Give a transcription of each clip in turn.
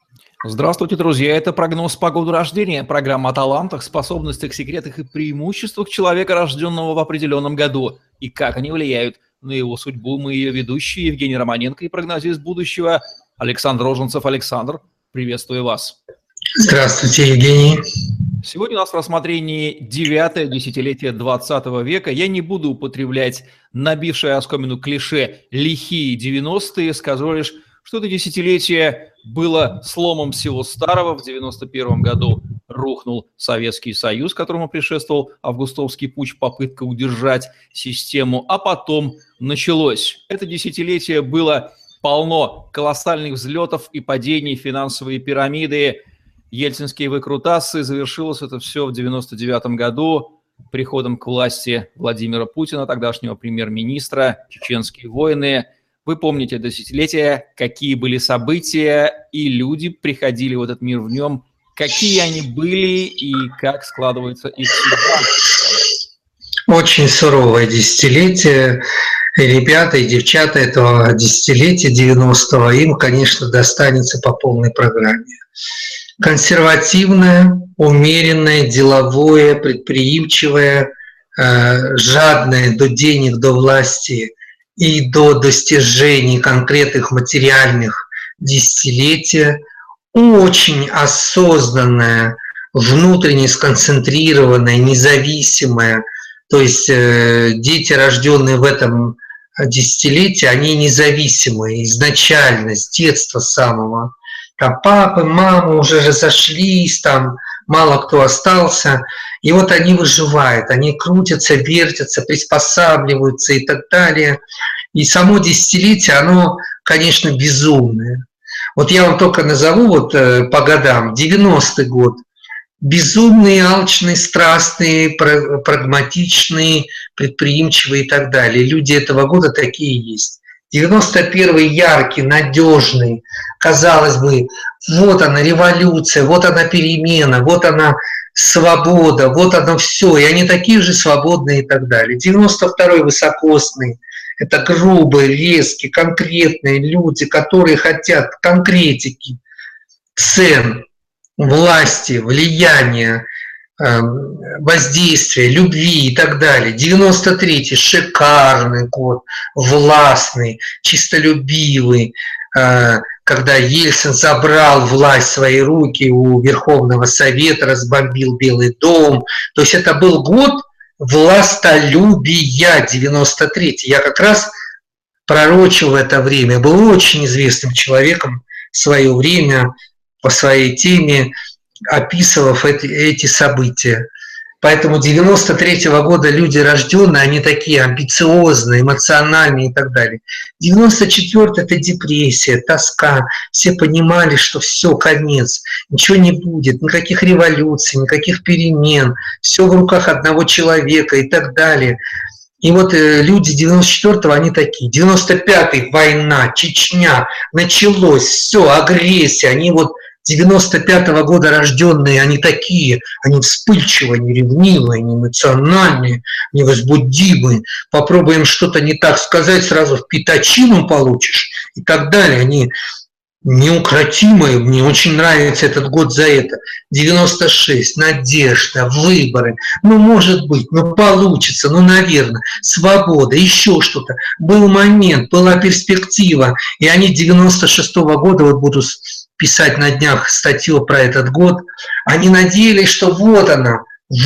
Здравствуйте, друзья! Это прогноз погоды рождения, программа о талантах, способностях, секретах и преимуществах человека, рожденного в определенном году, и как они влияют на его судьбу. Мы ее ведущие Евгений Романенко и прогнозист будущего Александр Роженцев. Александр, приветствую вас. Здравствуйте, Евгений. Сегодня у нас в рассмотрении 9-е десятилетие 20 века. Я не буду употреблять набившее оскомину клише «лихие 90-е», скажу лишь, что это десятилетие было сломом всего старого. В 91 году рухнул Советский Союз, которому предшествовал августовский путч, попытка удержать систему, а потом началось. Это десятилетие было полно колоссальных взлетов и падений, финансовые пирамиды, ельцинские выкрутасы. Завершилось это все в 99 году приходом к власти Владимира Путина, тогдашнего премьер-министра, чеченские войны. Вы помните десятилетие, какие были события, и люди приходили в этот мир в нем, какие они были и как складывается их судьба. Очень суровое десятилетие. И ребята, и девчата этого десятилетия 90-го, им, конечно, достанется по полной программе. Консервативное, умеренное, деловое, предприимчивое, жадное до денег, до власти и до достижений конкретных материальных десятилетия, очень осознанное, внутренне сконцентрированное, независимое. То есть дети, рожденные в этом десятилетии, они независимые изначально, с детства самого. Там папы, мамы уже разошлись, там мало кто остался. И вот они выживают, они крутятся, вертятся, приспосабливаются и так далее. И само десятилетие, оно, конечно, безумное. Вот я вам только назову вот по годам. 90-й год. Безумный, алчный, страстный, прагматичный, предприимчивый и так далее. Люди этого года такие есть. 91-й яркий, надежный, казалось бы, вот она революция, вот она перемена, вот она свобода, вот оно все, и они такие же свободные и так далее. 92-й высокосный, это грубые, резкие, конкретные люди, которые хотят конкретики, цен, власти, влияния, воздействия, любви и так далее. 93-й шикарный год, властный, чистолюбивый, когда Ельцин забрал власть в свои руки у Верховного Совета, разбомбил Белый дом. То есть это был год властолюбия, 93-й. Я как раз пророчил в это время, был очень известным человеком в свое время по своей теме, описывав эти события. Поэтому 93-го года люди рожденные, они такие амбициозные, эмоциональные и так далее. 94-й – это депрессия, тоска. Все понимали, что все, конец, ничего не будет, никаких революций, никаких перемен, все в руках одного человека и так далее. И вот люди 94-го, они такие. 95-й – война, Чечня, началось, все, агрессия, они вот 95-го года рожденные, они такие, они вспыльчивые, они ревнивые, они эмоциональные, они возбудимые. Попробуем что-то не так сказать, сразу в пятачину получишь и так далее. Они неукротимые, мне очень нравится этот год за это. 96, надежда, выборы, ну может быть, ну получится, ну наверное, свобода, еще что-то. Был момент, была перспектива, и они 96-го года, вот буду писать на днях статью про этот год, они надеялись, что вот она,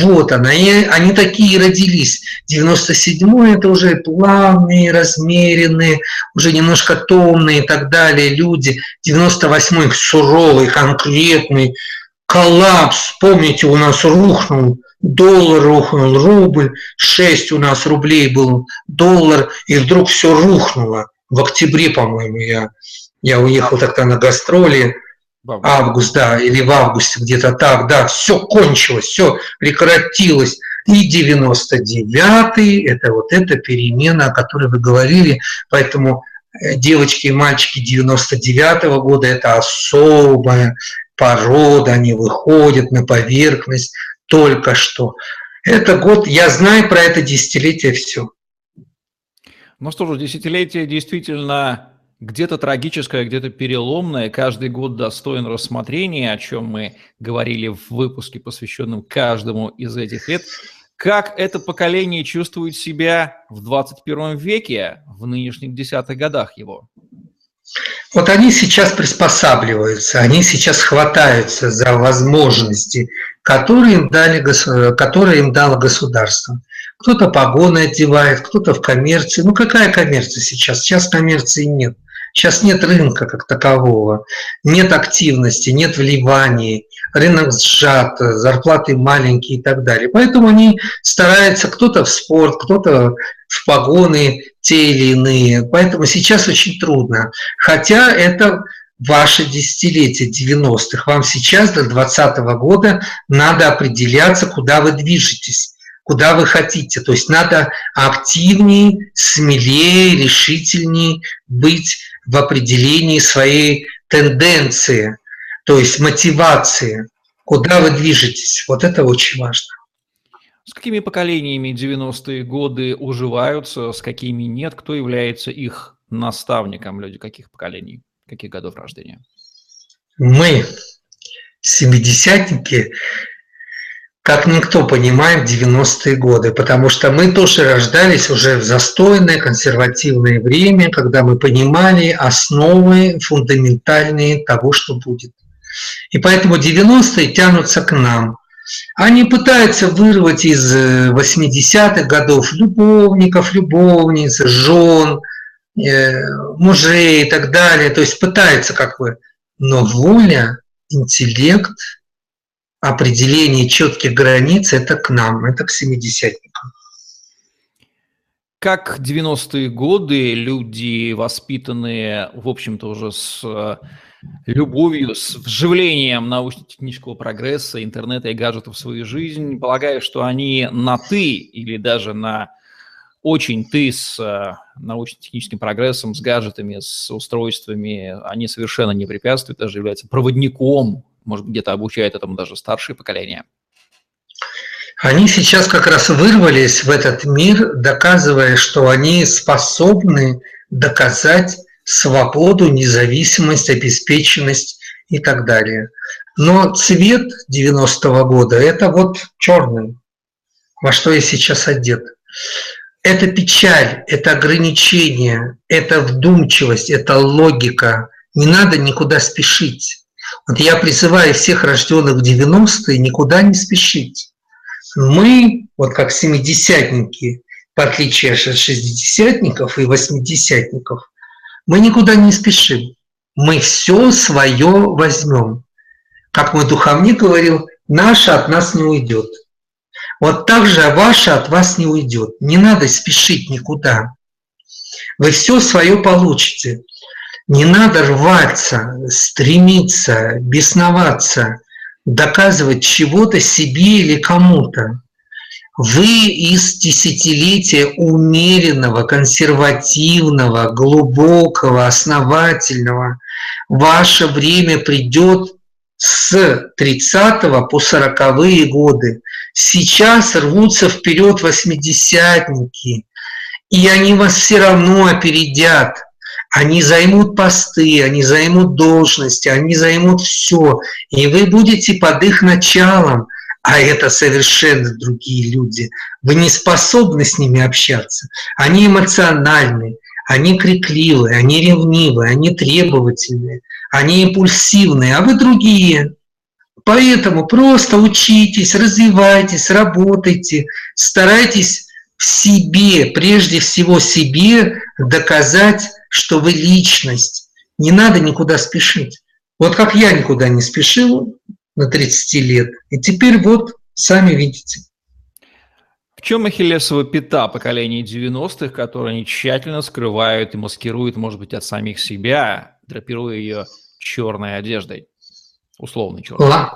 и они такие родились. 97-й – это уже плавные, размеренные, уже немножко томные и так далее люди. 98-й – суровый, конкретный, коллапс. Помните, у нас рухнул доллар, рухнул рубль, 6 у нас рублей был доллар, и вдруг все рухнуло. В октябре, по-моему, я уехал тогда на гастроли, август, да, или в августе где-то так, да, все кончилось, все прекратилось. И 99-й – это вот эта перемена, о которой вы говорили, поэтому девочки и мальчики 99-го года – это особая порода, они выходят на поверхность только что. Это год, я знаю про это десятилетие все. Ну что же, десятилетие действительно где-то трагическое, где-то переломное, каждый год достоин рассмотрения, о чем мы говорили в выпуске, посвященном каждому из этих лет. Как это поколение чувствует себя в 21 веке, в нынешних 10-х годах его? Вот они сейчас приспосабливаются, они сейчас хватаются за возможности, которые им дало государство. Кто-то погоны одевает, кто-то в коммерции. Ну какая коммерция сейчас? Сейчас коммерции нет. Сейчас нет рынка как такового, нет активности, нет вливаний, рынок сжат, зарплаты маленькие и так далее. Поэтому они стараются, кто-то в спорт, кто-то в погоны те или иные. Поэтому сейчас очень трудно. Хотя это ваше десятилетие 90-х. Вам сейчас до 2020 года надо определяться, куда вы движетесь, куда вы хотите. То есть надо активнее, смелее, решительнее быть в определении своей тенденции, то есть мотивации, куда вы движетесь. Вот это очень важно. С какими поколениями 90-е годы уживаются, с какими нет? Кто является их наставником? Люди каких поколений, каких годов рождения? Мы, семидесятники, как никто понимаем 90-е годы, потому что мы тоже рождались уже в застойное, консервативное время, когда мы понимали основы фундаментальные того, что будет. И поэтому 90-е тянутся к нам. Они пытаются вырвать из 80-х годов любовников, любовниц, жен, мужей и так далее. То есть пытаются как бы, но воля, интеллект, определение четких границ – это к нам, это к семидесятникам. Как 90-е годы люди, воспитанные, в общем-то, уже с любовью, с вживлением научно-технического прогресса, интернета и гаджетов в свою жизнь, полагаю, что они на «ты» или даже на очень «ты» с научно-техническим прогрессом, с гаджетами, с устройствами, они совершенно не препятствуют, даже являются проводником, может, где-то обучают этому даже старшее поколение. Они сейчас как раз вырвались в этот мир, доказывая, что они способны доказать свободу, независимость, обеспеченность и так далее. Но цвет 90-го года – это вот черный, во что я сейчас одет. Это печаль, это ограничение, это вдумчивость, это логика. Не надо никуда спешить. Вот я призываю всех рожденных в 90-е никуда не спешить. Мы, вот как семидесятники, в отличие от шестидесятников и восьмидесятников, мы никуда не спешим. Мы все свое возьмем. Как мой духовник говорил, наше от нас не уйдет. Вот так же ваше от вас не уйдет. Не надо спешить никуда. Вы все свое получите. Не надо рваться, стремиться, бесноваться, доказывать чего-то себе или кому-то. Вы из десятилетия умеренного, консервативного, глубокого, основательного. Ваше время придет с 30 по 40-е годы. Сейчас рвутся вперед восьмидесятники, и они вас все равно опередят. Они займут посты, они займут должности, они займут все, и вы будете под их началом, а это совершенно другие люди. Вы не способны с ними общаться. Они эмоциональны, они крикливы, они ревнивы, они требовательны, они импульсивны, а вы другие. Поэтому просто учитесь, развивайтесь, работайте, старайтесь в себе, прежде всего себе, доказать, что вы личность. Не надо никуда спешить. Вот как я никуда не спешил на 30 лет, и теперь вот сами видите. В чем ахиллесова пята поколения 90-х, которые они тщательно скрывают и маскируют, может быть, от самих себя, драпируя ее черной одеждой, условной черной?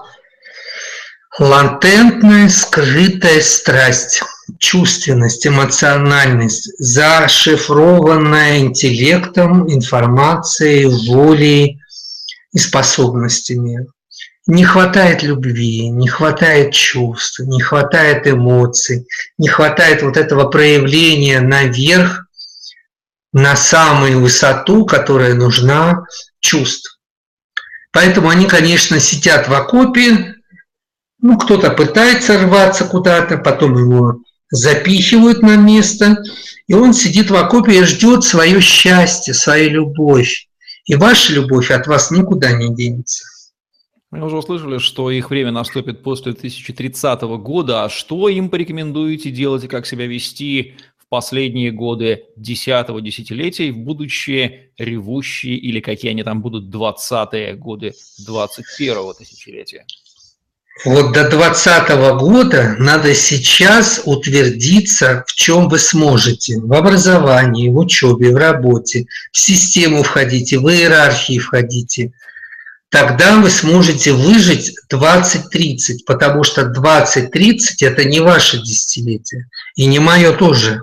Латентная, скрытая страсть, чувственность, эмоциональность, зашифрованная интеллектом, информацией, волей и способностями. Не хватает любви, не хватает чувств, не хватает эмоций, не хватает вот этого проявления наверх на самую высоту, которая нужна чувств. Поэтому они, конечно, сидят в окопе, ну, кто-то пытается рваться куда-то, потом его запихивают на место, и он сидит в окопе и ждет свое счастье, свою любовь. И ваша любовь от вас никуда не денется. Мы уже услышали, что их время наступит после 2030 года. А что им порекомендуете делать и как себя вести в последние годы 10-го десятилетия и в будущее ревущие, или какие они там будут 20-е годы 21-го тысячелетия? Вот до 2020 года надо сейчас утвердиться, в чем вы сможете. В образовании, в учебе, в работе, в систему входите, в иерархии входите. Тогда вы сможете выжить 20-30, потому что 20-30 – это не ваше десятилетие, и не мое тоже.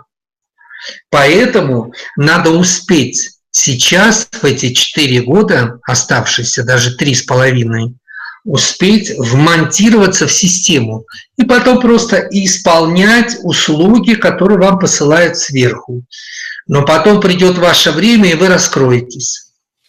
Поэтому надо успеть сейчас, в эти 4 года, оставшиеся, даже 3,5, успеть вмонтироваться в систему и потом просто исполнять услуги, которые вам посылают сверху. Но потом придет ваше время, и вы раскроетесь.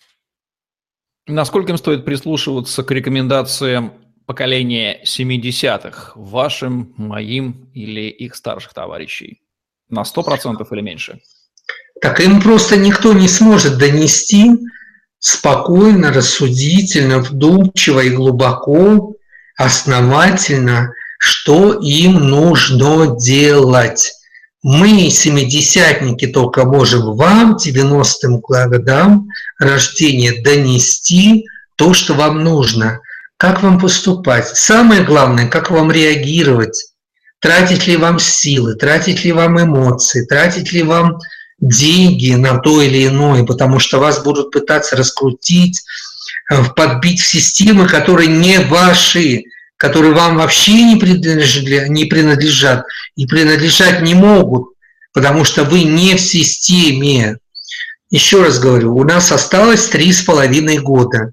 Насколько им стоит прислушиваться к рекомендациям поколения 70-х, вашим, моим или их старших товарищей? На 100% или меньше? Так им просто никто не сможет донести спокойно, рассудительно, вдумчиво и глубоко, основательно, что им нужно делать. Мы, семидесятники, только можем вам, 90-м годам рождения, донести то, что вам нужно. Как вам поступать? Самое главное, как вам реагировать. Тратить ли вам силы, тратить ли вам эмоции, тратить ли вам деньги на то или иное, потому что вас будут пытаться раскрутить, подбить в системы, которые не ваши, которые вам вообще не принадлежат и принадлежать не могут, потому что вы не в системе. Еще раз говорю, у нас осталось 3,5 года.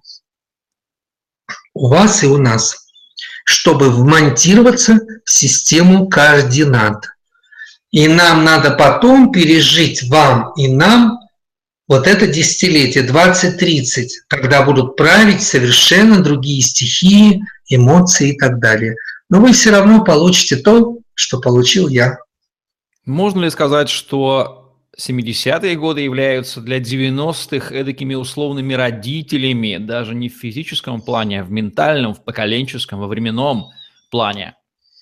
У вас и у нас, чтобы вмонтироваться в систему координат. И нам надо потом пережить, вам и нам, вот это десятилетие, 20-30, когда будут править совершенно другие стихии, эмоции и так далее. Но вы все равно получите то, что получил я. Можно ли сказать, что 70-е годы являются для 90-х эдакими условными родителями, даже не в физическом плане, а в ментальном, в поколенческом, во временном плане?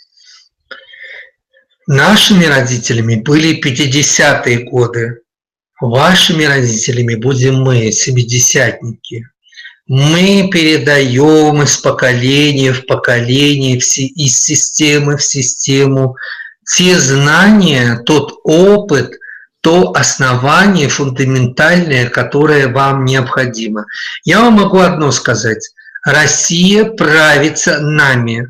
Нашими родителями были 50-е годы. Вашими родителями будем мы, семидесятники. Мы передаем из поколения в поколение, из системы в систему те знания, тот опыт, то основание фундаментальное, которое вам необходимо. Я вам могу одно сказать. Россия правится нами.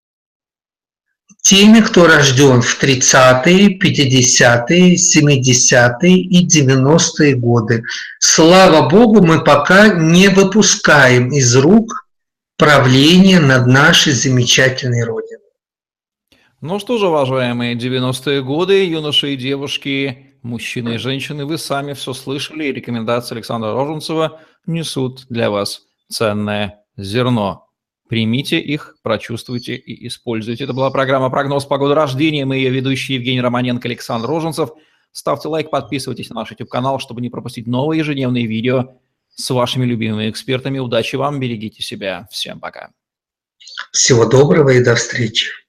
Теми, кто рожден в 30-е, 50-е, 70-е и 90-е годы. Слава Богу, мы пока не выпускаем из рук правление над нашей замечательной Родиной. Ну что же, уважаемые 90-е годы, юноши и девушки, мужчины и женщины, вы сами все слышали, и рекомендации Александра Роженцева несут для вас ценное зерно. Примите их, прочувствуйте и используйте. Это была программа «Прогноз погоды рождения». Мы ее ведущие Евгений Романенко, Александр Роженцев. Ставьте лайк, подписывайтесь на наш YouTube-канал, чтобы не пропустить новые ежедневные видео с вашими любимыми экспертами. Удачи вам, берегите себя. Всем пока. Всего доброго и до встречи.